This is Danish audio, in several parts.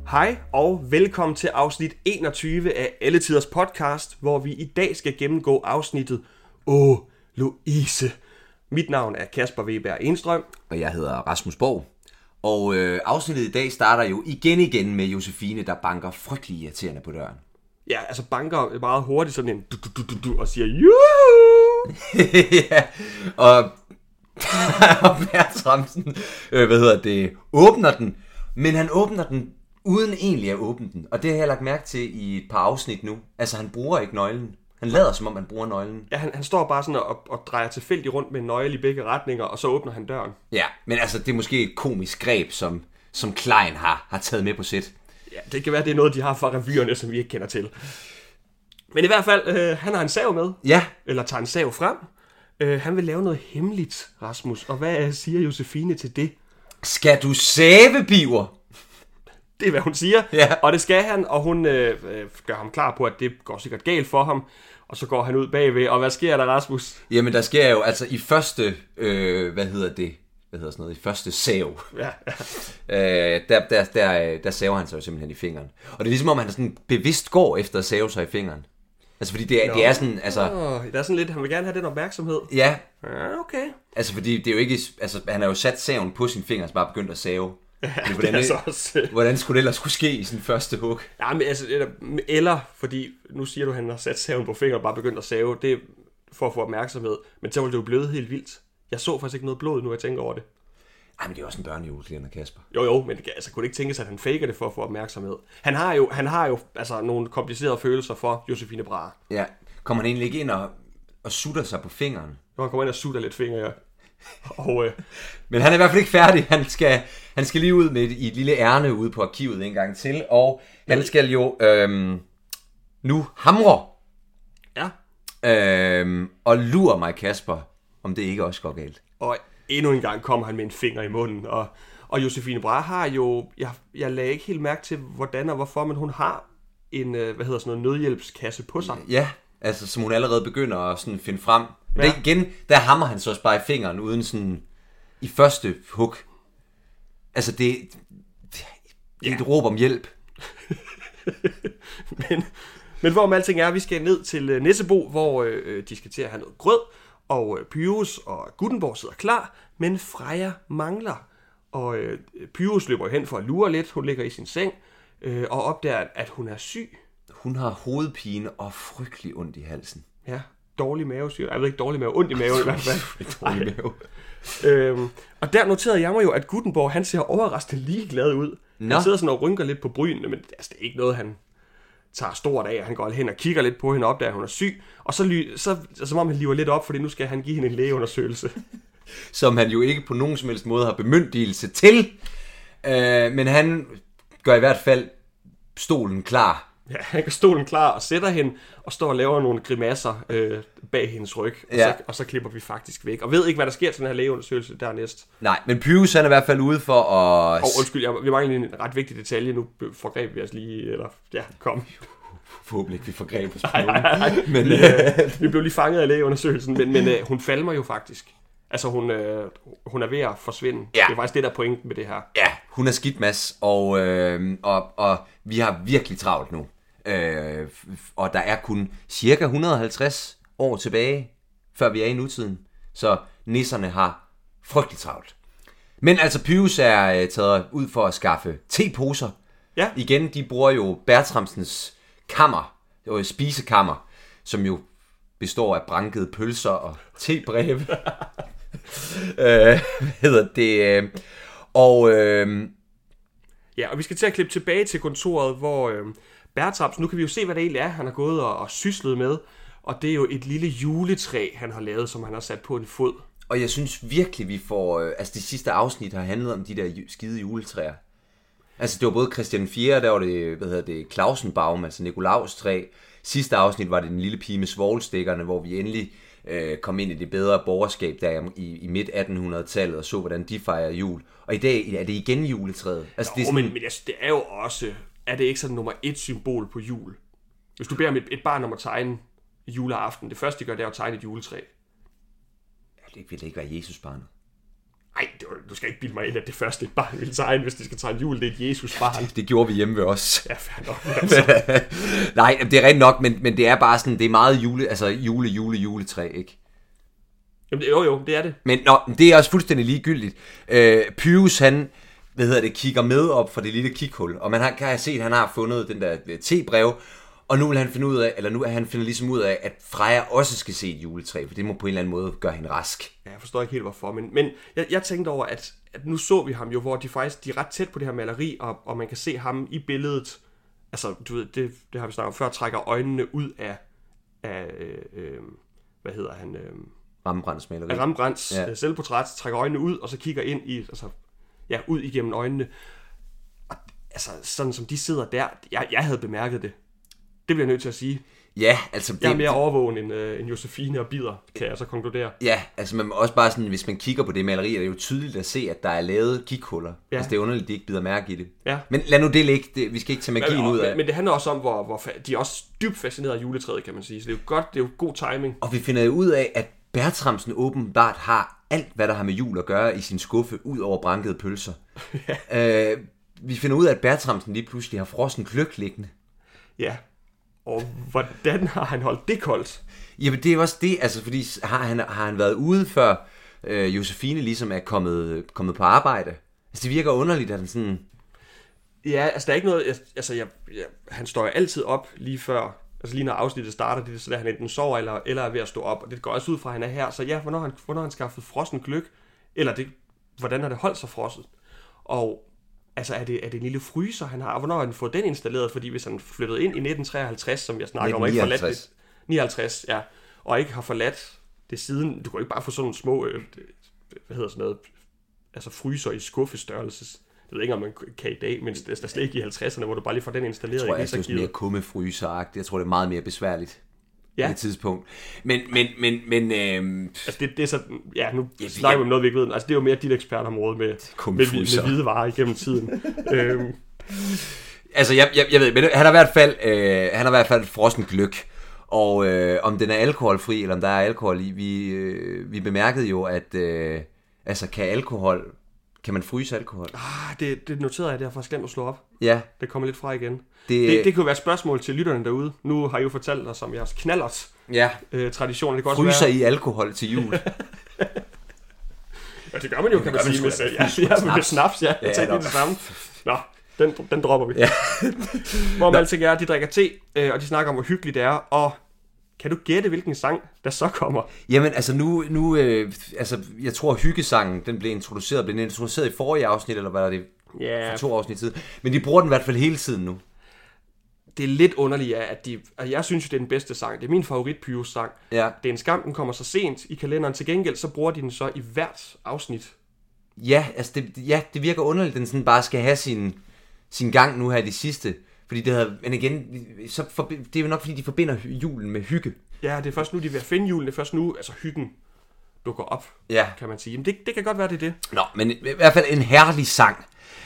Hej og velkommen til afsnit 21 af Alle Tiders podcast, hvor vi i dag skal gennemgå afsnittet Åh, Louise. Mit navn er Kasper Weber Enstrøm. Og jeg hedder Rasmus Borg. Og afsnittet i dag starter jo igen med Josefine, der banker frygtelig irriterende på døren. Ja, altså banker meget hurtigt sådan en du og siger juhu! Ja, og Bertramsen, åbner den, men han åbner den uden egentlig at åbne den. Og det har jeg lagt mærke til i et par afsnit nu. Altså han bruger ikke nøglen. Han lader som om han bruger nøglen. Ja, han står bare sådan og drejer tilfældigt rundt med en nøgle i begge retninger, og så åbner han døren. Ja, men altså det er måske et komisk greb, som Klein har taget med på sæt. Ja, det kan være, det er noget, de har fra revyerne, som vi ikke kender til. Men i hvert fald, han har en sav med. Ja. Eller tager en sav frem. Han vil lave noget hemmeligt, Rasmus. Og hvad siger Josefine til det? Skal du save, Biver? Det er, hvad hun siger. Ja. Og det skal han, og hun gør ham klar på, at det går sikkert galt for ham. Og så går han ud bagved, og hvad sker der, Rasmus? Jamen, der sker jo altså i første, i første sav. Ja. Der saver han sig jo simpelthen i fingeren. Og det er ligesom om, han sådan bevidst går efter at save sig i fingeren. Altså, fordi det er sådan, altså... Der er sådan lidt, han vil gerne have den opmærksomhed. Ja. Ja, okay. Altså, fordi det er jo ikke... Altså, han har jo sat saven på sin finger, og så bare begyndt at save. Ja, Hvordan skulle det ellers skulle ske i sin første hug? Ja, men altså, eller fordi, nu siger du, at han har sat saven på fingeren og bare begyndt at save, det er for at få opmærksomhed. Men så var det jo blevet helt vildt. Jeg så faktisk ikke noget blod, nu jeg tænker over det. Ej, men det er også en børnejulekalender, Kasper. Jo, men altså, kunne det ikke tænkes, at han faker det for at få opmærksomhed? Han har jo altså, nogle komplicerede følelser for Josefine Brahe. Ja, kommer han egentlig ikke ind og sutter sig på fingeren? Når han kommer ind og sutter lidt fingre, ja. Og, men han er i hvert fald ikke færdig. Han skal lige ud med i et lille ærne ude på arkivet en gang til. Og han skal jo nu hamre. Ja. Og lurer mig, Kasper, om det ikke også går galt. Og endnu en gang kommer han med en finger i munden. Og Josefine Brahe har jo... Jeg lagde ikke helt mærke til, hvordan og hvorfor, men hun har en nødhjælpskasse på sig. Ja, altså som hun allerede begynder at sådan finde frem. Men ja. Igen, der hammer han så også bare i fingeren, uden sådan i første hug. Altså det er et råb om hjælp. men hvorom alting er, vi skal ned til Nissebo, hvor de skal til at have noget grød, og Pyrus og Guttenborg sidder klar, men Freja mangler. Og Pyrus løber hen for at lure lidt, hun ligger i sin seng, og opdager, at hun er syg. Hun har hovedpine og frygtelig ondt i halsen. Ja, dårlig mave, siger jeg. Jeg ved ikke dårlig mave, ondt i maven i hvert fald. Dårlig mave. Og der noterede jeg mig jo, at Guttenborg, han ser overraskende ligeglad ud. Nå. Han sidder sådan og rynker lidt på brynene, men altså, det er ikke noget, han tager stort af. Han går hen og kigger lidt på hende og opdager, at hun er syg. Og så som om han liver lidt op, fordi nu skal han give hende en lægeundersøgelse. Som han jo ikke på nogen som helst måde har bemyndigelse til. Men han gør i hvert fald stolen klar. Ja, han gør stolen klar og sætter hende og står og laver nogle grimasser bag hendes ryg. Og så klipper vi faktisk væk. Og ved ikke, hvad der sker til den her lægeundersøgelse dernæst. Nej, men Pyrus han er i hvert fald ude for at... Undskyld, vi mangler en ret vigtig detalje. Nu forgreb vi os lige, eller ja, kom. Forhåbentlig ikke, vi forgreb os på nogen. Men vi blev lige fanget af lægeundersøgelsen, men hun falmer jo faktisk. Altså, hun er ved at forsvinde. Ja. Det er faktisk det, der er pointen med det her. Ja, hun er skidt, Mads, og vi har virkelig travlt nu. Og der er kun cirka 150 år tilbage, før vi er i nutiden. Så nisserne har frygtelig travlt. Men altså, Pyrus er taget ud for at skaffe teposer. Ja. Igen, de bruger jo Bertramsens kammer, spisekammer, som jo består af brankede pølser og tebreve. Ja, og vi skal til at klippe tilbage til kontoret, hvor Bertramsen, nu kan vi jo se, hvad det egentlig er, han har gået og syslet med. Og det er jo et lille juletræ, han har lavet, som han har sat på en fod. Og jeg synes virkelig, vi får... altså det sidste afsnit har handlet om de der skide juletræer. Altså det var både Christian 4, der var det, Clausenbaum, altså Nikolaus træ. Sidste afsnit var det den lille pige med svovlstikkerne, hvor vi endelig kom ind i det bedre borgerskab der i midt 1800-tallet og så, hvordan de fejrer jul. Og i dag er det igen juletræet. Altså, det er sådan... men det er jo også... Er det ikke sådan nummer 1 symbol på jul? Hvis du beder om et barn om at tegne juleaften, det første de gør, det er at tegne et juletræ. Det vil ikke være Jesusbarnet. Ej, du skal ikke bilde mig ind, at det første et barn vil tegne, hvis de skal tegne jul. Det er et Jesus-barn. Det gjorde vi hjemme ved os. Ja, fair nok. Altså. Nej, det er rent nok, men det er bare sådan, det er meget juletræ, ikke? Jamen, jo, det er det. Men det er også fuldstændig ligegyldigt. Pyrus, han, kigger med op for det lille kighul, og man kan have set, at han har fundet den der tebrev, og nu vil han finde ud af, han finder ligesom ud af, at Freja også skal se et juletræ, for det må på en eller anden måde gøre hende rask. Ja, jeg forstår ikke helt hvorfor, men jeg tænkte over, at nu så vi ham jo, hvor de er ret tæt på det her maleri, og man kan se ham i billedet, altså du ved, det har vi snakket om før, trækker øjnene ud af hvad hedder han? Rembrandts maleri. Rembrandts selvportræt, trækker øjnene ud, og så kigger ind i, ud igennem øjnene. Og, altså, sådan som de sidder der, jeg havde bemærket det. Det bliver jeg nødt til at sige. Ja, altså... Jeg er mere overvågen end Josefine og Bider, kan jeg så konkludere. Ja, altså man også bare sådan, hvis man kigger på det maleri, er det jo tydeligt at se, at der er lavet kighuller. Ja. Altså det er underligt, de ikke bider mærke i det. Ja. Men lad nu det ligge, vi skal ikke tage magien ud af. Men det handler også om, hvor de er også dybt fascineret af juletræet, kan man sige. Så det er jo godt, det er jo god timing. Og vi finder ud af, at Bertramsen åbenbart har alt, hvad der har med jul at gøre i sin skuffe, ud over brankede pølser. Ja. Vi finder ud af, at Bertramsen lige pludselig har frossen gløgg liggende. Ja. Og hvordan har han holdt det koldt? Jamen det er også det, altså fordi har han været ude før Josefine ligesom er kommet på arbejde? Altså det virker underligt, at han sådan... Ja, altså der er ikke noget... han står jo altid op lige før, altså lige når afsnittet starter, det er så der han enten sover eller er ved at stå op, og det går også ud fra, at han er her. Så ja, hvornår har han skaffet frossen gløgg? Eller hvordan har det holdt sig frosset? Og... Altså, er det en lille fryser, han har? Hvornår har han fået den installeret? Fordi hvis han flyttede ind i 1953, som jeg snakker om, og ikke forladt det... 59, ja. Og ikke har forladt det siden... Du kan ikke bare få sådan nogle små... Altså fryser i skuffestørrelse. Jeg ved ikke, om man kan i dag, men der slet ikke i 50'erne, hvor du bare lige får den installeret. Jeg tror, det er sådan mere kummefryseragtigt. Jeg tror, det er meget mere besværligt. Ja. På et tidspunkt. Men altså det er så... Ja, nu snakker vi om noget, vi ikke ved. Altså det er jo mere dit ekspertområde med hvide varer igennem tiden. Altså jeg ved, men han har i hvert fald frossen gløgg. Og om den er alkoholfri, eller om der er alkohol i, vi bemærkede jo, at kan man fryse alkohol? Det noterede jeg, det har faktisk glemt at slå op. Ja. Det kommer lidt fra igen. Det kunne være et spørgsmål til lytterne derude. Nu har I jo fortalt os om jeres knallert tradition. Det kan også fryser I alkohol til jul? Ja, det gør man jo, kan man sige. Med snaps, ja. Jeg tænker det samme. Nå, den dropper vi. Ja. Hvor man alting er, de drikker te, og de snakker om, hvor hyggeligt det er, og kan du gætte, hvilken sang, der så kommer? Jamen, altså nu jeg tror, hyggesangen, den blev introduceret i forrige afsnit, eller hvad er det? For 2 afsnit siden. Men de bruger den i hvert fald hele tiden nu. Det er lidt underligt, at jeg synes jo, det er den bedste sang. Det er min favorit Pyrus-sang. Ja. Det er en skam, den kommer så sent i kalenderen. Til gengæld, så bruger de den så i hvert afsnit. Ja, altså det virker underligt, den sådan bare skal have sin gang nu her i det sidste. Fordi men igen, det er jo nok fordi, de forbinder julen med hygge. Ja, det er først nu, de er ved at finde julen. Det er først nu, altså hyggen dukker op, kan man sige. Men det kan godt være, det er det. Nå, men i hvert fald en herlig sang.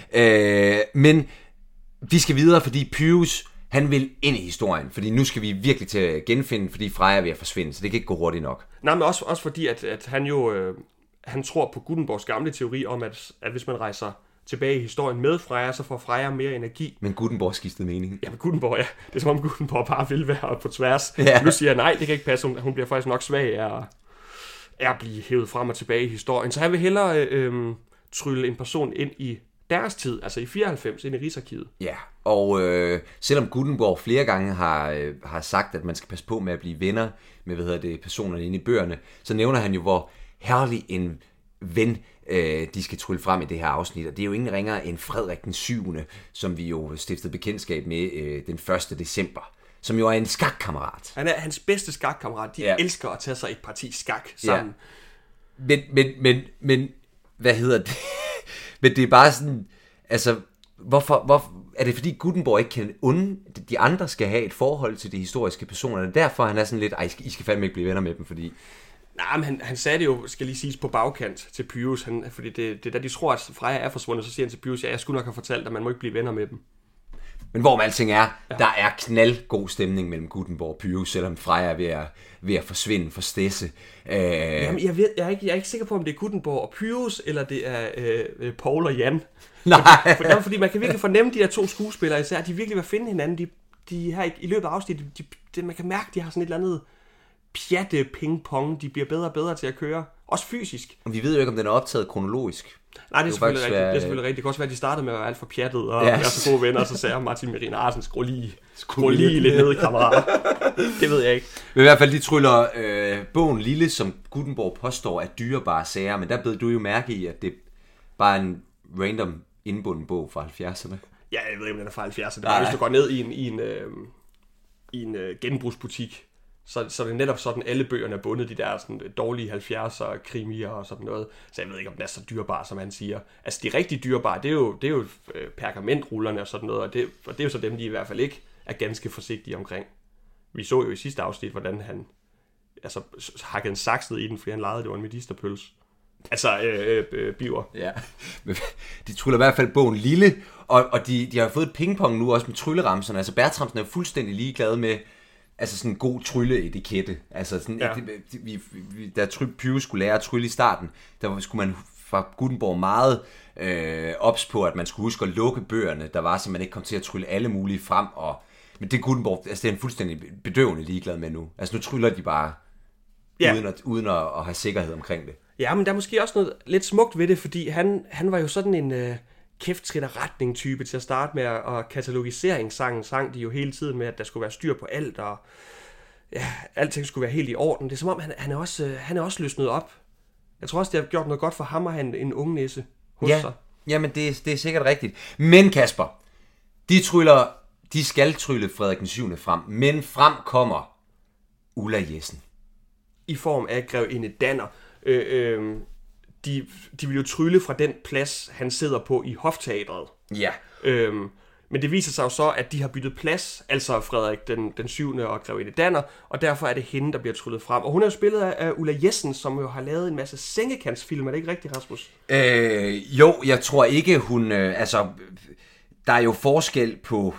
Men vi skal videre, fordi Pyrus, han vil ind i historien. Fordi nu skal vi virkelig til at genfinde, fordi Freja er ved at forsvinde, så det kan ikke gå hurtigt nok. Nej, men også fordi, at han jo... han tror på Gutenborgs gamle teori om, at hvis man rejser tilbage i historien med Freja, så får Freja mere energi. Men Gutenborg skiftede mening. Ja, men Gutenborg, ja. Det er som om Gutenborg bare vil være på tværs. Ja. Nu siger jeg, nej, det kan ikke passe. Hun bliver faktisk nok svag af at blive hævet frem og tilbage i historien. Så han vil hellere trylle en person ind i deres tid, altså i 94, ind i Rigsarkivet. Ja, og selvom Gutenborg flere gange har sagt, at man skal passe på med at blive venner med, personerne inde i bøgerne, så nævner han jo, hvor herlig en ven de skal trylle frem i det her afsnit, og det er jo ingen ringere end Frederik den 7., som vi jo stiftede bekendtskab med den 1. december, som jo er en skakkammerat. Han er hans bedste skakkammerat. De elsker at tage sig et parti skak sammen. Ja. Men hvad hedder det? Men det er bare sådan, altså, hvorfor er det fordi Gutenborg ikke kan de andre skal have et forhold til de historiske personer, derfor han er sådan lidt, I skal fandme ikke blive venner med dem, fordi... Nej, men han sagde det jo, skal lige siges, på bagkant til Pyrus, fordi det da de tror, at Freja er forsvundet, så siger han til Pyrus, jeg skulle nok have fortalt, at man må ikke blive venner med dem. Men hvor man alting er, der er knaldgod stemning mellem Guttenborg og Pyrus, selvom Freja er ved at forsvinde for Stesse. Jamen, jeg er ikke sikker på, om det er Guttenborg og Pyrus, eller det er Paul og Jan. Nej. Fordi man kan virkelig fornemme de der to skuespillere især, de virkelig vil finde hinanden. De her i løbet af afsnittet, man kan mærke, de har sådan et eller andet pjatte ping-pong. De bliver bedre og bedre til at køre. Også fysisk. Vi ved jo ikke, om den er optaget kronologisk. Nej, det er selvfølgelig rigtigt. Det er selvfølgelig rigtigt. Det kan også være, at de startede med at være alt for pjattet og være så gode venner, og så sagde Martin Merino Arsen, skru lige lidt ned, kammerat. Det ved jeg ikke. Men i hvert fald, de tryller bogen Lille, som Guttenborg påstår er dyrebare sager, men der blev du jo mærke i, at det bare er en random indbunden bog fra 70'erne. Ja, jeg ved ikke, om den er fra 70'erne. Det er, hvis du går ned i en genbrugsbutik, så er det netop sådan, alle bøgerne er bundet, de der sådan dårlige 70'er krimier og sådan noget. Så jeg ved ikke, om den er så dyrbar, som han siger. Altså, de rigtig dyrebare, det er jo pergamentrullerne og sådan noget, og det er jo så dem, de i hvert fald ikke er ganske forsigtige omkring. Vi så jo i sidste afsnit, hvordan han hakkede en saks ned i den, fordi han legede, det var en medisterpølse. Altså, biver. Ja, de tryller i hvert fald bogen Lille, og de har fået et pingpong nu også med trylleramserne. Altså, Bertramsen er fuldstændig ligeglad med sådan en god trylleetikette. Altså, sådan, da Pyrus skulle lære at trylle i starten, der skulle man fra Guttenborg meget ops på, at man skulle huske at lukke bøgerne, der var, så man ikke kom til at trylle alle mulige frem. Men det Guttenborg, altså det er en fuldstændig bedøvende ligeglad med nu. Altså nu tryller de bare, uden at have sikkerhed omkring det. Ja, men der er måske også noget lidt smukt ved det, fordi han var jo sådan en kæft-tritter-retning-type til at starte med, og katalogiseringssangen sang de jo hele tiden med, at der skulle være styr på alt, og ja, alting skulle være helt i orden. Det er som om, han er også løsnet op. Jeg tror også, det har gjort noget godt for ham at have en unge næse hos sig. Jamen, det er sikkert rigtigt. Men Kasper, de skal trylle Frederik den 7. frem, men frem kommer Ulla Jessen. I form af grevinde Danner. De vil jo trylle fra den plads, han sidder på i Hofteatret. Ja. Men det viser sig jo så, at de har byttet plads, altså Frederik den 7. og grevinde Danner, og derfor er det hende, der bliver tryllet frem. Og hun er jo spillet af Ulla Jessen, som jo har lavet en masse sengekantsfilm. Er det ikke rigtigt, Rasmus? Jo, jeg tror ikke, hun... der er jo forskel på...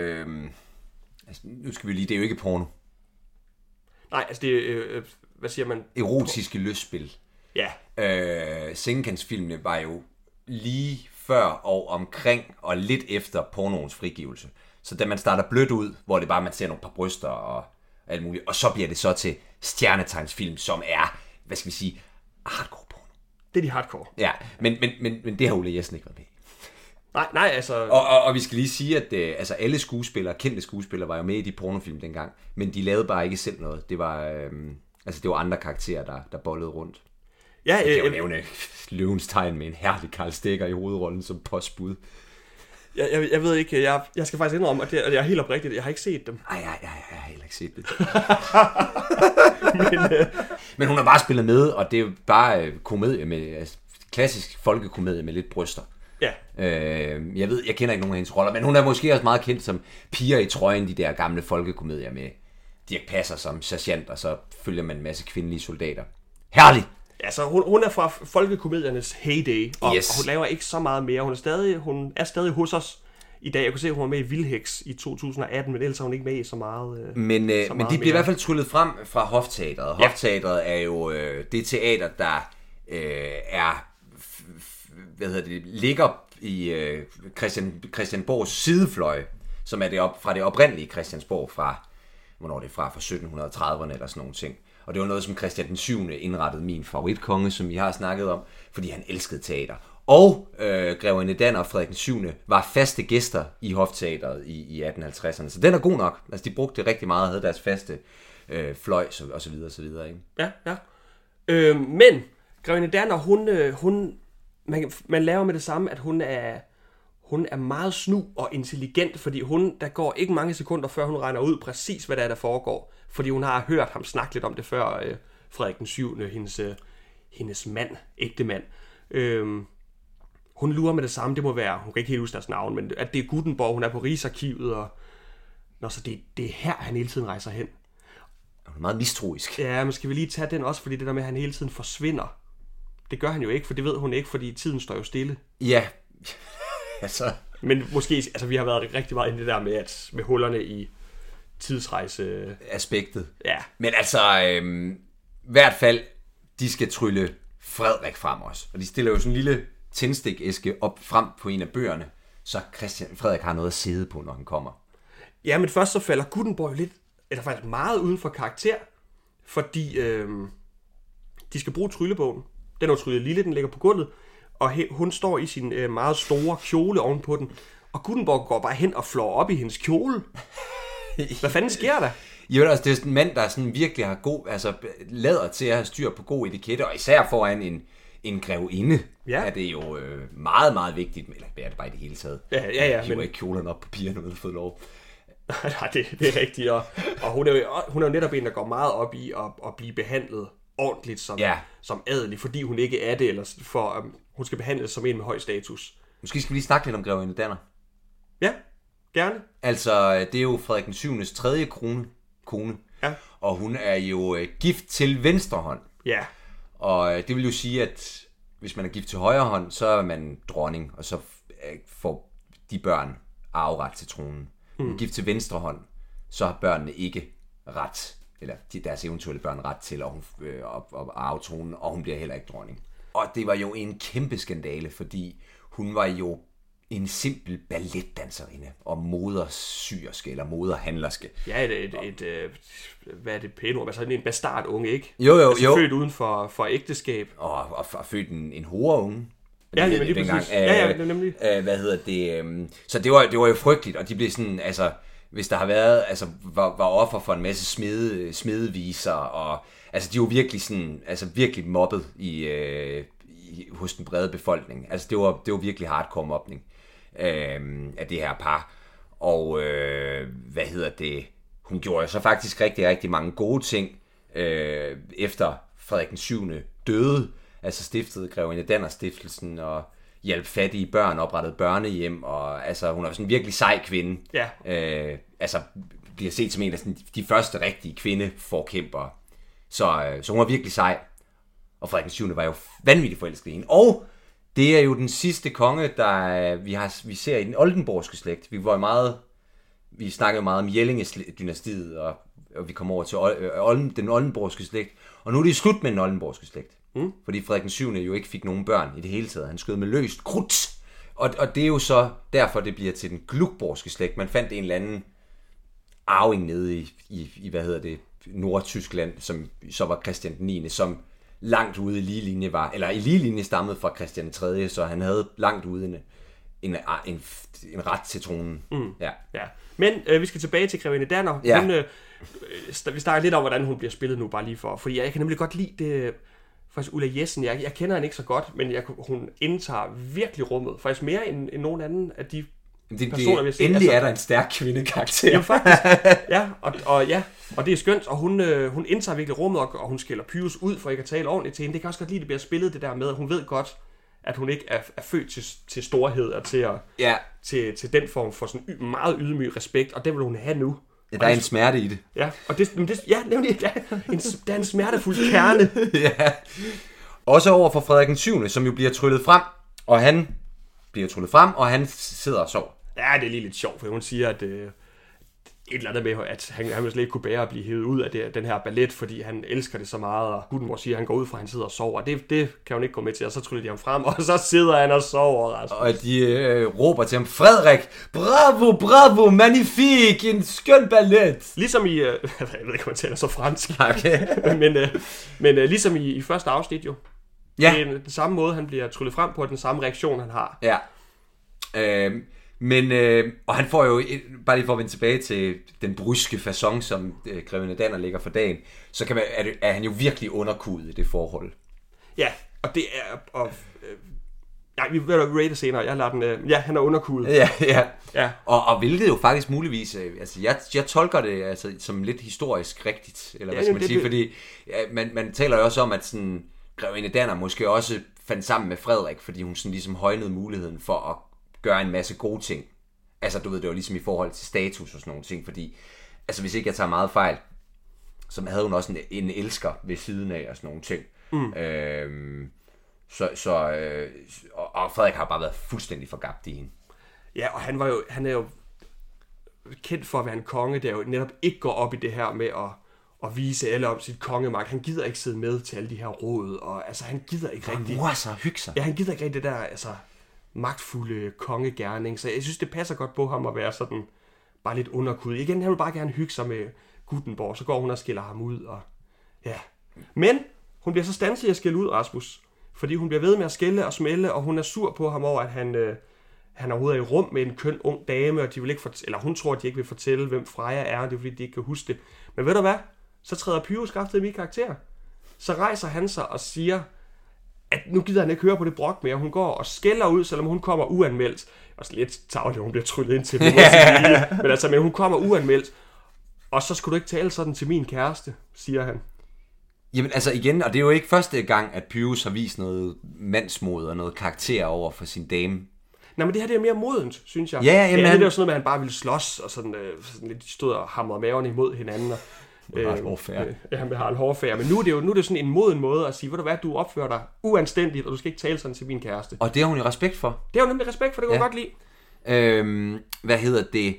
nu skal vi lige... Det er jo ikke porno. Nej, altså det hvad siger man? Erotiske lystspil. Ja. Sengekantsfilmene var jo lige før og omkring og lidt efter pornoens frigivelse. Så da man starter blødt ud, hvor det bare man ser nogle par bryster og alt muligt, og så bliver det så til stjernetegnsfilm, som er, hvad skal vi sige, hardcore porno. Det er de hardcore. Ja, men det har Ulla Jessen ikke været med. Nej, altså... Og vi skal lige sige, at alle skuespillere, kendte skuespillere, var jo med i de pornofilm dengang, men de lavede bare ikke selv noget. Det var, det var andre karakterer, der bollede rundt. Ja, jeg kan jo nævne Løvens Tegn med en herlig Karl Stikker i hovedrollen som postbud. Jeg ved ikke, jeg skal faktisk indrømme, at jeg er helt oprigtigt, jeg har ikke set dem. Nej, jeg har heller ikke set det. Men hun har bare spillet med, og det er jo bare komedie med, klassisk folkekomedie med lidt bryster. Ja. Jeg kender ikke nogen af hendes roller, men hun er måske også meget kendt som piger i trøjen, de der gamle folkekomedier med Dirch Passer som sergeant, og så følger man en masse kvindelige soldater. Herlig! Altså, hun er fra folkekomediernes heyday, og hun laver ikke så meget mere. Hun er stadig hos os i dag. Jeg kunne se, at hun var med i Vildheks i 2018, men ellers er hun ikke med i så meget. Men de bliver i hvert fald tryllet frem fra Hofteatret. Ja. Hofteatret er jo det teater, der ligger i Christiansborgs sidefløj, som er fra det oprindelige Christiansborg fra, hvornår det er fra 1730'erne eller sådan nogle ting. Og det var noget, som Christian den 7. indrettede, min favoritkonge, som vi har snakket om, fordi han elskede teater. Og grevinde Danner og Frederik den 7. var faste gæster i Hofteatret i 1850'erne. Så den er god nok. Altså, de brugte det rigtig meget og havde deres faste fløj og så videre, så videre. Ikke? Ja. Men grevinde Danner, man laver med det samme, at hun er meget snu og intelligent, fordi der går ikke mange sekunder, før hun regner ud præcis, hvad der foregår. Fordi hun har hørt ham snakke lidt om det før, Frederik den 7., hendes mand, ægte mand. Hun lurer med det samme, det må være, hun kan ikke helt huske deres navn, men at det er Guttenborg, hun er på Rigsarkivet, og så det er her, han hele tiden rejser hen. Hun er meget mistroisk. Ja, men skal vi lige tage den også, fordi det der med, at han hele tiden forsvinder, det gør han jo ikke, for det ved hun ikke, fordi tiden står jo stille. Ja, altså... Men måske, altså vi har været rigtig meget inde i det der med hullerne i tidsrejse... Aspektet. Ja. Men altså, i hvert fald, de skal trylle Frederik frem også. Og de stiller jo sådan en lille tændstikæske op frem på en af bøgerne, så Frederik har noget at sidde på, når han kommer. Ja, men først så falder Gutenborg jo lidt, eller faktisk meget uden for karakter, fordi de skal bruge tryllebogen. Den er jo tryllet lille, den ligger på gulvet, og hun står i sin meget store kjole ovenpå den, og Gutenborg går bare hen og flår op i hendes kjole. Hvad fanden sker der? Jo, altså, det er sådan en mand, der sådan virkelig har lader til at have styr på god etikette, og især foran en grevinde, er det jo meget, meget vigtigt, eller er det bare i det hele taget? Ja. Hiver ikke kjolerne op på pigerne, uden at få lov. Nej, det er rigtigt, og hun er jo netop en, der går meget op i at blive behandlet ordentligt som adelig, fordi hun ikke er det, eller for hun skal behandles som en med høj status. Måske skal vi lige snakke lidt om grevinde Danner. Ja, gerne. Altså, det er jo Frederik den 7. tredje kone, og hun er jo gift til venstre hånd. Ja. Og det vil jo sige, at hvis man er gift til højre hånd, så er man dronning, og så får de børn arveret til tronen. Gift til venstre hånd, så har børnene ikke ret, eller deres eventuelle børn ret til at arve tronen, og hun bliver heller ikke dronning. Og det var jo en kæmpe skandale, fordi hun var jo en simpel balletdanserinde og modersyerske eller moderhandlerske. Ja, hvad er det pæne ord? Altså en bastard unge, ikke? Jo. Altså født uden for ægteskab. Og født en horeunge. Ja, men lige præcis. Ja, det er nemlig. Så det var jo frygteligt, og de blev sådan, altså, hvis der har været, altså, var offer for en masse smedeviser, og altså, de var virkelig sådan, altså, virkelig mobbet hos den brede befolkning. Altså, det var virkelig hardcore mobning af det her par. Og, hun gjorde så faktisk rigtig, rigtig mange gode ting, efter Frederik den 7. døde, altså stiftede grevinde Danner stiftelsen og hjalp fattige børn, oprettede børnehjem, og altså hun er sådan en virkelig sej kvinde. Ja. Altså bliver set som en af sådan, de første rigtige kvindeforkæmpere. Så hun var virkelig sej. Og Frederik den 7. var jo vanvittigt forelsket i hende. Og det er jo den sidste konge, der vi ser i den oldenborgske slægt. Vi snakker jo meget om Jellinge-dynastiet, og vi kommer over til den oldenborgske slægt. Og nu er det slut med den oldenborgske slægt. Fordi Frederik den 7. jo ikke fik nogen børn i det hele taget. Han skød med løst krudt. Og det er jo så derfor, det bliver til den glugborgske slægt. Man fandt en eller anden arving nede i Nordtyskland, som så var Christian den 9., som langt ude i lige linje stammede fra Christian den 3., så han havde langt ude en ret til tronen. Ja. Men vi skal tilbage til grevinde Danner. Ja. Vi snakker lidt om, hvordan hun bliver spillet nu, bare lige fordi jeg kan nemlig godt lide det. Faktisk Ulla Jessen, jeg kender hende ikke så godt, men hun indtager virkelig rummet. Faktisk mere end nogen anden af de personer, vi har set. Endelig er der en stærk kvindekarakter. Ja, faktisk. Ja, og det er skønt, og hun indtager virkelig rummet, og hun skælder Pyrus ud for ikke at tale ordentligt til hende. Det kan også godt lide, det bliver spillet det der med, at hun ved godt, at hun ikke er født til storhed og til den form for sådan meget ydmyg respekt, og det vil hun have nu. Ja, der er en smerte i det. Ja, og nemlig, der er en smertefuld kerne. Ja. Også over for Frederik den 7., som jo bliver tryllet frem, og han sidder og sover. Ja, det er lige lidt sjovt, for hun siger, at et eller andet med, at han slet ikke kunne bære at blive hævet ud af den her ballet, fordi han elsker det så meget, og Gutenborg siger, at han går ud fra, at han sidder og sover, og det kan hun ikke gå med til, og så tryller de ham frem, og så sidder han og sover. Rasmus. Og de råber til ham, Frederik, bravo, magnifique, en skøn ballet. Ligesom i, jeg ved ikke, om man taler så fransk, okay. men ligesom i første afsnit jo. Ja. Det er den samme måde, han bliver tryllet frem på, den samme reaktion, han har. Ja. Og han får jo, bare lige for at vende tilbage til den bryske facon, som grevinde Danner lægger for dagen, så er han jo virkelig underkudet i det forhold. Ja, og det er... vi vil rate senere. Jeg lader den... han er underkudet. Ja. Og hvilket jo faktisk muligvis... Altså, jeg tolker det altså, som lidt historisk rigtigt, eller hvad skal man sige, fordi man taler jo også om, at sådan, grevinde Danner måske også fandt sammen med Frederik, fordi hun sådan ligesom højnede muligheden for at gøre en masse gode ting. Altså, du ved, det var ligesom i forhold til status og sådan nogle ting, fordi, altså, hvis ikke jeg tager meget fejl, så havde hun også en elsker ved siden af og sådan nogle ting. Og Frederik har bare været fuldstændig forgabt i hende. Ja, og han er jo kendt for at være en konge, der jo netop ikke går op i det her med at vise alle om sit kongemagt. Han gider ikke sidde med til alle de her råd, og altså han gider ikke rigtig... Han morer sig og hygge sig. Ja, han gider ikke rigtig det der altså, magtfulde kongegerning, så jeg synes, det passer godt på ham at være sådan bare lidt underkud. Igen, han vil bare gerne hygge sig med Gutenborg, så går hun og skiller ham ud, og ja. Men hun bliver så standset at skælde ud, Rasmus, fordi hun bliver ved med at skælde og smælde, og hun er sur på ham over, at han overhovedet er i rum med en køn ung dame, og de vil ikke eller hun tror, at de ikke vil fortælle, hvem Freja er, det er fordi, de ikke kan huske det. Men ved du hvad? Så træder Pyrus kraftigt i min karakter. Så rejser han sig og siger, at nu gider han ikke høre på det brok mere. Hun går og skælder ud, selvom hun kommer uanmeldt. Og så lidt tarveligt, hun bliver tryllet ind til. Men altså, men hun kommer uanmeldt. Og så skulle du ikke tale sådan til min kæreste, siger han. Jamen altså igen, og det er jo ikke første gang, at Pyrus har vist noget mandsmod og noget karakter over for sin dame. Nej, men det her det er mere modent, synes jeg. Ja, jamen, det er jo sådan noget med, at han bare ville slås, og sådan lidt stod og hamrede maverne imod hinanden. Med Harald Hårfagre. Ja, med Harald Hårfagre. Men nu er det jo sådan en moden måde at sige, ved du hvad, du opfører dig uanstændigt, og du skal ikke tale sådan til min kæreste. Og det har hun jo respekt for. Det har hun nemlig respekt for, det kan hun godt lide. Hvad hedder det?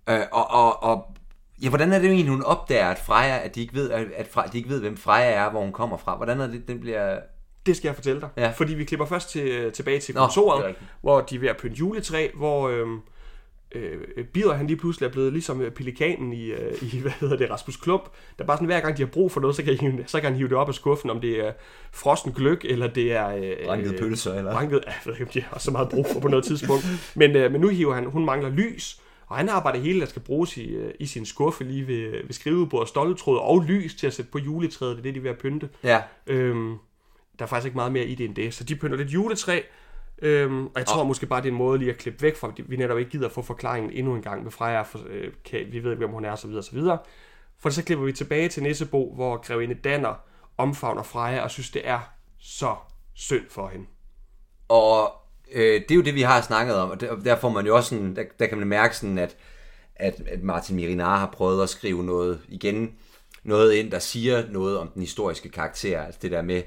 Ja, hvordan er det egentlig, hun opdager, at Freja, at de ikke ved, hvem Freja er, hvor hun kommer fra? Hvordan er det, den bliver... Det skal jeg fortælle dig. Ja. Fordi vi klipper først tilbage til kontoret, hvor de er ved at pynte juletræ, hvor Bider han lige pludselig er blevet ligesom pelikanen i Rasmus Klump. Der bare sådan, hver gang de har brug for noget, så kan han hive det op af skuffen, om det er frossen gløgg, eller det er... Ranket pølser, eller... Jeg ved ikke, om de har så meget brug for på noget tidspunkt. Men nu hiver hun mangler lys, og han har bare det hele, der skal bruges i sin skuffe lige ved skrivebord, stolletråd og lys til at sætte på juletræet. Det er det, de er ved at pynte. Ja. Der er faktisk ikke meget mere i det end det. Så de pynter lidt juletræ, og jeg tror måske bare, det er en måde lige at klippe væk fra, vi netop ikke gider få forklaringen endnu en gang med Freja, vi ved ikke, hvem hun er, osv. For så klipper vi tilbage til Nissebo, hvor grevinde Danner omfavner Freja og synes, det er så synd for hende. Og det er jo det, vi har snakket om, og der får man jo også sådan, der kan man mærke sådan, at Martin Miehe-Renard har prøvet at skrive noget ind, der siger noget om den historiske karakter, altså det der med,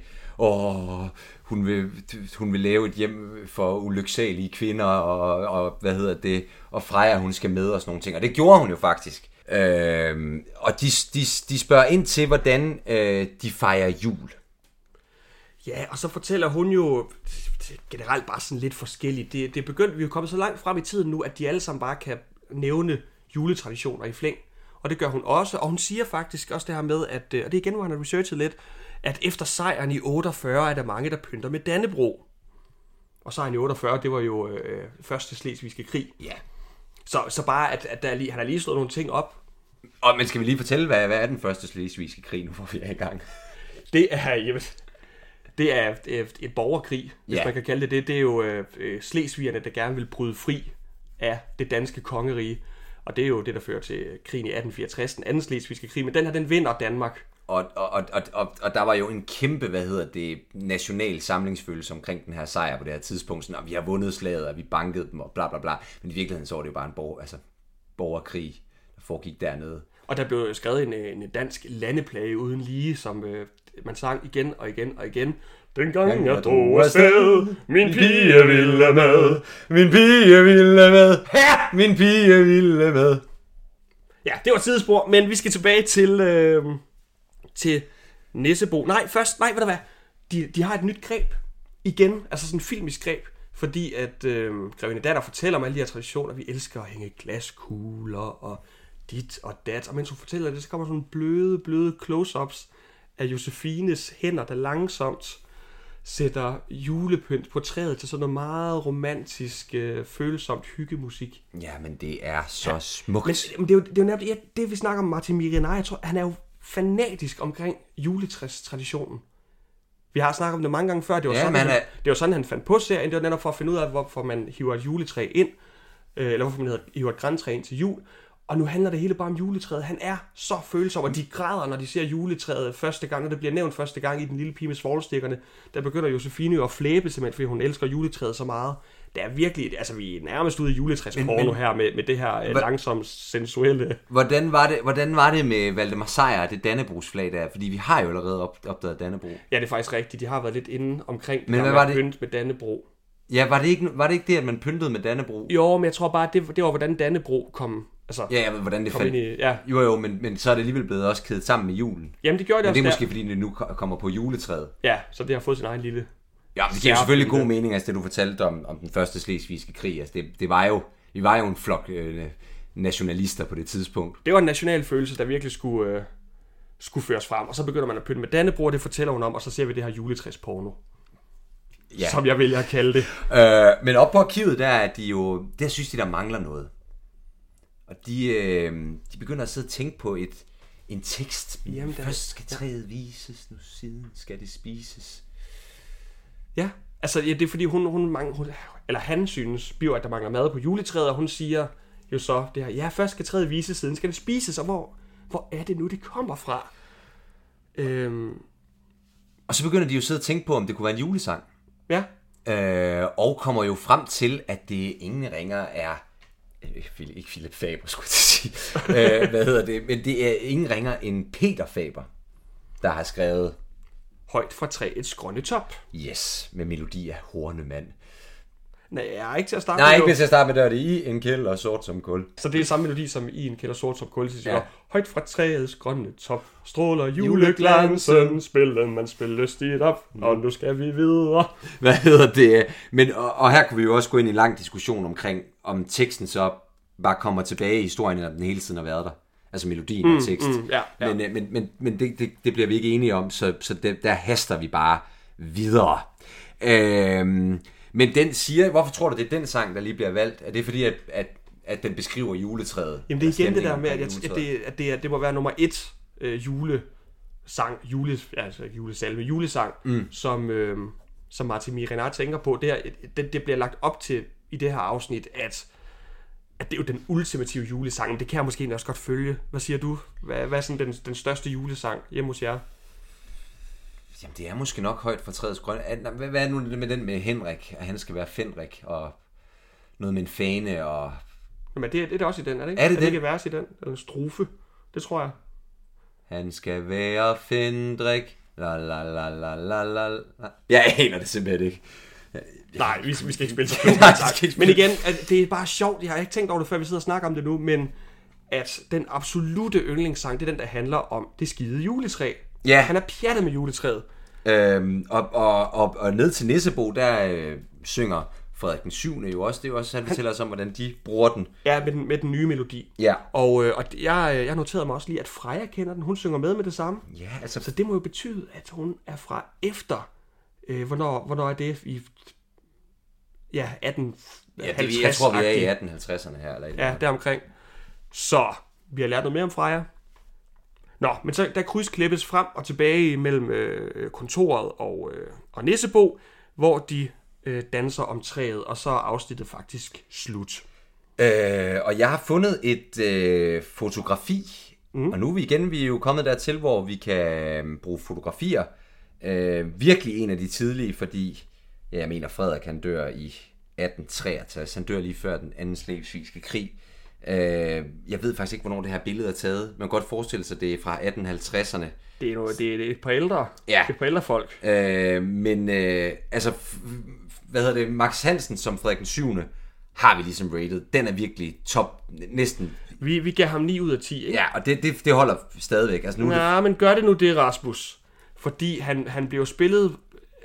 hun vil lave et hjem for ulyksalige kvinder, og hvad hedder det, og Freja, hun skal med og sådan nogle ting, og det gjorde hun jo faktisk. Og de spørger ind til, hvordan de fejrer jul. Ja, og så fortæller hun jo generelt bare sådan lidt forskelligt. Det er begyndt, vi er kommet så langt frem i tiden nu, at de alle sammen bare kan nævne juletraditioner i flæng. Og det gør hun også, og hun siger faktisk også det her med, at, og det er igen, hvor han har researchet lidt, at efter sejren i 48 er der mange, der pynter med Dannebrog. Og sejren i 48, det var jo første slesvigske krig. Ja. Så bare, at han har lige slået nogle ting op. Men skal vi lige fortælle, hvad er den første slesvigske krig, nu hvor vi er i gang? Det er et borgerkrig, hvis man kan kalde det. Det er jo slesvigerne, der gerne vil bryde fri af det danske kongerige. Og det er jo det, der fører til krigen i 1864, den anden slesvigske krig. Men den vinder Danmark. Og der var jo en kæmpe, national samlingsfølelse omkring den her sejr på det her tidspunkt. Sådan, og vi har vundet slaget, og vi bankede dem, og bla bla bla. Men i virkeligheden så var det jo bare en borgerkrig, der foregik dernede. Og der blev skrevet en dansk landeplage uden lige, som man sang igen og igen og igen. Dengang jeg drog afsted, min pige ville med. Min pige ville med. Ja, min pige ville med. Ja, det var et sidespor, men vi skal tilbage til Nissebo. Ved du hvad? De har et nyt greb. Igen, altså sådan et filmisk greb. Fordi at grevinde Danner fortæller om alle de her traditioner. Vi elsker at hænge glaskugler og dit og dat. Og mens hun fortæller det, så kommer sådan bløde close-ups af Josefines hænder, der langsomt sætter julepynt på træet til sådan noget meget romantisk, følsomt hyggemusik. Ja, men det er så smukt. Men det er jo netop det, vi snakker om Martin Miehe-Renard. Jeg tror, han er jo fanatisk omkring juletræstraditionen. Vi har snakket om det mange gange før. Det var sådan, han fandt på serien. Det var netop for at finde ud af, hvorfor man hiver et juletræ ind, eller hvorfor man hiver et grantræ ind til jul. Og nu handler det hele bare om juletræet. Han er så følsom, og de græder, når de ser juletræet første gang, når det bliver nævnt første gang i Den lille pige med svovlstikkerne. Der begynder Josefine jo at flæbe simpelthen, fordi hun elsker juletræet så meget. Det er virkelig, altså vi er nærmest ude i juletræsporno her med det her langsomt sensuelle. Hvordan var det med Valdemar Sejr, det Dannebrogsflag der? Fordi vi har jo allerede opdaget Dannebro. Ja, det er faktisk rigtigt. De har været lidt inde omkring det med Dannebro. Ja, var det ikke det, at man pyntede med Dannebrog? Jo, men jeg tror bare, det var, hvordan Dannebrog kom... Altså, Ja, jeg ved, hvordan det kom fandt. ind i... Ja. Jo, men så er det alligevel blevet også kædet sammen med julen. Jamen, det gjorde det men også det er der. måske, fordi det nu kommer på juletræet. Ja, så det har fået sin egen lille... Ja, det giver selvfølgelig god mening, altså det du fortalte om den første slesvigske krig. Altså vi var jo en flok nationalister på det tidspunkt. Det var en national følelse, der virkelig skulle føres frem. Og så begynder man at pynte med Dannebrog, det fortæller hun om, og så ser vi det her juletræsporno. Ja. Som jeg vælger at kalde det. Men op på arkivet, der synes de, der mangler noget. Og de begynder at sidde og tænke på en tekst. Jamen, først skal træet vises, nu siden skal det spises. Ja, altså det er fordi han synes, Biver, at der mangler mad på juletræet, og hun siger jo så det her, ja, først skal træet vises, siden skal det spises, og hvor er det nu, det kommer fra? Og så begynder de jo at sidde og tænke på, om det kunne være en julesang. Ja. Og kommer jo frem til, at det ingen ringer er... Ikke Philip Faber, skulle jeg sige. Hvad hedder det? Men det er ingen ringer end Peter Faber, der har skrevet... Højt fra træets grønne top. Yes, med melodi af Hornemand. Nej, jeg er ikke til at starte med. Nej, ikke til at starte med, der er det i en kælder sort som kul. Så det er samme melodi som i en kælder sort som kul. Ja. Højt fra træets grønne top, stråler juleglansen, man spiller lystigt op, og nu skal vi videre. Hvad hedder det? Men, og her kunne vi jo også gå ind i en lang diskussion omkring, om teksten så bare kommer tilbage i historien, eller den hele tiden har været der. Altså melodien og tekst. Ja. Men det bliver vi ikke enige om, så der haster vi bare videre. Men den siger, hvorfor tror du, det er den sang, der lige bliver valgt? Er det fordi, at den beskriver juletræet? Jamen det er igen det der med, at det må være nummer 1 julesang, julesang, som Martin Mirenar tænker på. Det bliver lagt op til i det her afsnit, at det er jo den ultimative julesang. Det kan jeg måske også godt følge. Hvad siger du? Hvad er sådan den største julesang hjemme hos jer? Jamen, det er måske nok højt fra træets grønne. Hvad er nu med den med Henrik? At han skal være Fenrik, og noget med en fane, og... Jamen, det er også i den, er det ikke? Er det ikke et vers i den? Eller en strofe? Det tror jeg. Han skal være Fenrik. La la la la la la. Jeg aner det simpelthen ikke. Nej, vi skal ikke spille så klogt. Men igen, det er bare sjovt. Jeg har ikke tænkt over det, før vi sidder og snakker om det nu, men at den absolute yndlingssang, det er den, der handler om det skide juletræ. Ja. Han er pjattet med juletræet. Og ned til Nissebo, der synger Frederik den 7. jo også. Det er jo også, han fortæller os om, hvordan de bruger den. Ja, med den nye melodi. Ja. Og jeg noterede mig også lige, at Freja kender den. Hun synger med det samme. Ja, altså... Så det må jo betyde, at hun er fra efter... Hvornår er det i... Ja, 1850. Jeg tror, vi er i 1850'erne her. Ja, deromkring. Så vi har lært noget mere om Freja. Nå, men så der krydsklippes frem og tilbage mellem kontoret og Nissebo, hvor de danser om træet, og så er afsnittet faktisk slut. Og jeg har fundet et fotografi, og nu vi er jo kommet dertil, hvor vi kan bruge fotografier. Virkelig en af de tidlige, fordi jeg mener, Frederik han dør i 1863, han dør lige før den anden slesvigske krig. Jeg ved faktisk ikke, hvornår det her billede er taget. Man kan godt forestille sig, det er fra 1850'erne. Det er et par ældre. Ja. Et par ældre folk. Altså, hvad hedder det? Max Hansen som Frederik den 7. har vi ligesom rated. Den er virkelig top, næsten. Vi gav ham 9 ud af 10, ikke? Ja, og det holder stadigvæk. Altså, men gør det nu det, Rasmus. Fordi han bliver jo spillet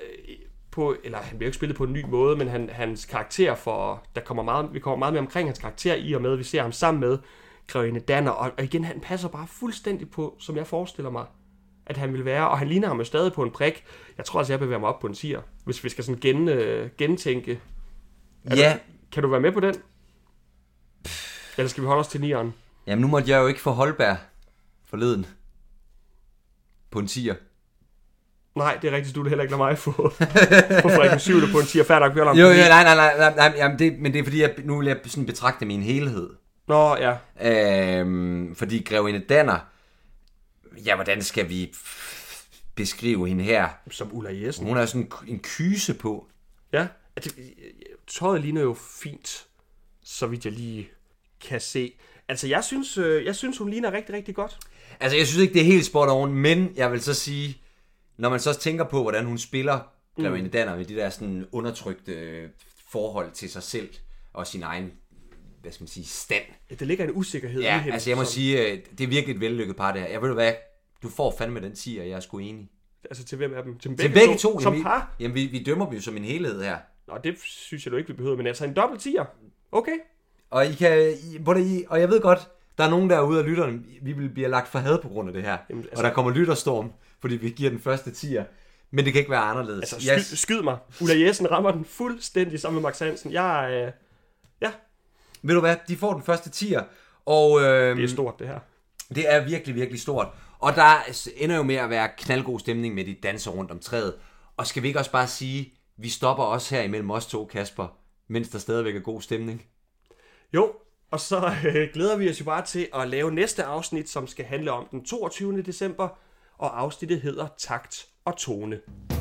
eller han bliver ikke spillet på en ny måde, men hans karakter vi kommer meget mere omkring hans karakter i og med, at vi ser ham sammen med grevinde Danner, og igen, han passer bare fuldstændig på, som jeg forestiller mig, at han vil være, og han ligner ham jo stadig på en prik. Jeg tror altså, jeg bevæger mig op på en 10'er, hvis vi skal sådan gentænke. Kan du være med på den? Eller skal vi holde os til 9'eren? Jamen, nu måtte jeg jo ikke få Holberg forleden på en 10'er. Nej, det er rigtigt, du det heller ikke lader mig få Frederik den 7. på en 10'er. Færdig nok, nej, men det er fordi, nu vil jeg sådan betragte min helhed. Nå, ja. Fordi grevinde Danner, ja, hvordan skal vi beskrive hende her? Som Ulla Jessen. Hun har sådan en kyse på. Ja, tøjet ligner jo fint, så vidt jeg lige kan se. Altså, jeg synes hun ligner rigtig, rigtig godt. Altså, jeg synes ikke, det er helt spot on, men jeg vil så sige, når man så tænker på, hvordan hun spiller Grevinde Danner, med de der sådan undertrykte forhold til sig selv og sin egen, hvad skal man sige, stand. Ja, der ligger en usikkerhed i hende. Altså jeg må sige, det er virkelig et vellykket par det her. Jeg ved hvad, du får fandme den 10'er, jeg er sgu enig. Altså til hvem af dem? Til begge to. Som par? Jamen vi dømmer dem jo som en helhed her. Nå, det synes jeg du ikke, vi behøver, men altså en dobbelt 10'er. Okay. Og og jeg ved godt, der er nogen derude af lytterne, vi bliver lagt for had på grund af det her. Jamen, altså, og der kommer lytterstorm, fordi vi giver den første 10'er. Men det kan ikke være anderledes. Altså, skyd mig. Ulla Jessen rammer den fuldstændig sammen med Max Hansen. Ja. Ved du hvad, de får den første 10'er. Og, det er stort, det her. Det er virkelig, virkelig stort. Og der ender jo med at være knaldgod stemning med de danser rundt om træet. Og skal vi ikke også bare sige, vi stopper også her imellem os to, Kasper, mens der stadigvæk er god stemning? Jo, og så glæder vi os jo bare til at lave næste afsnit, som skal handle om den 22. december, og afsnittet hedder Takt og Tone.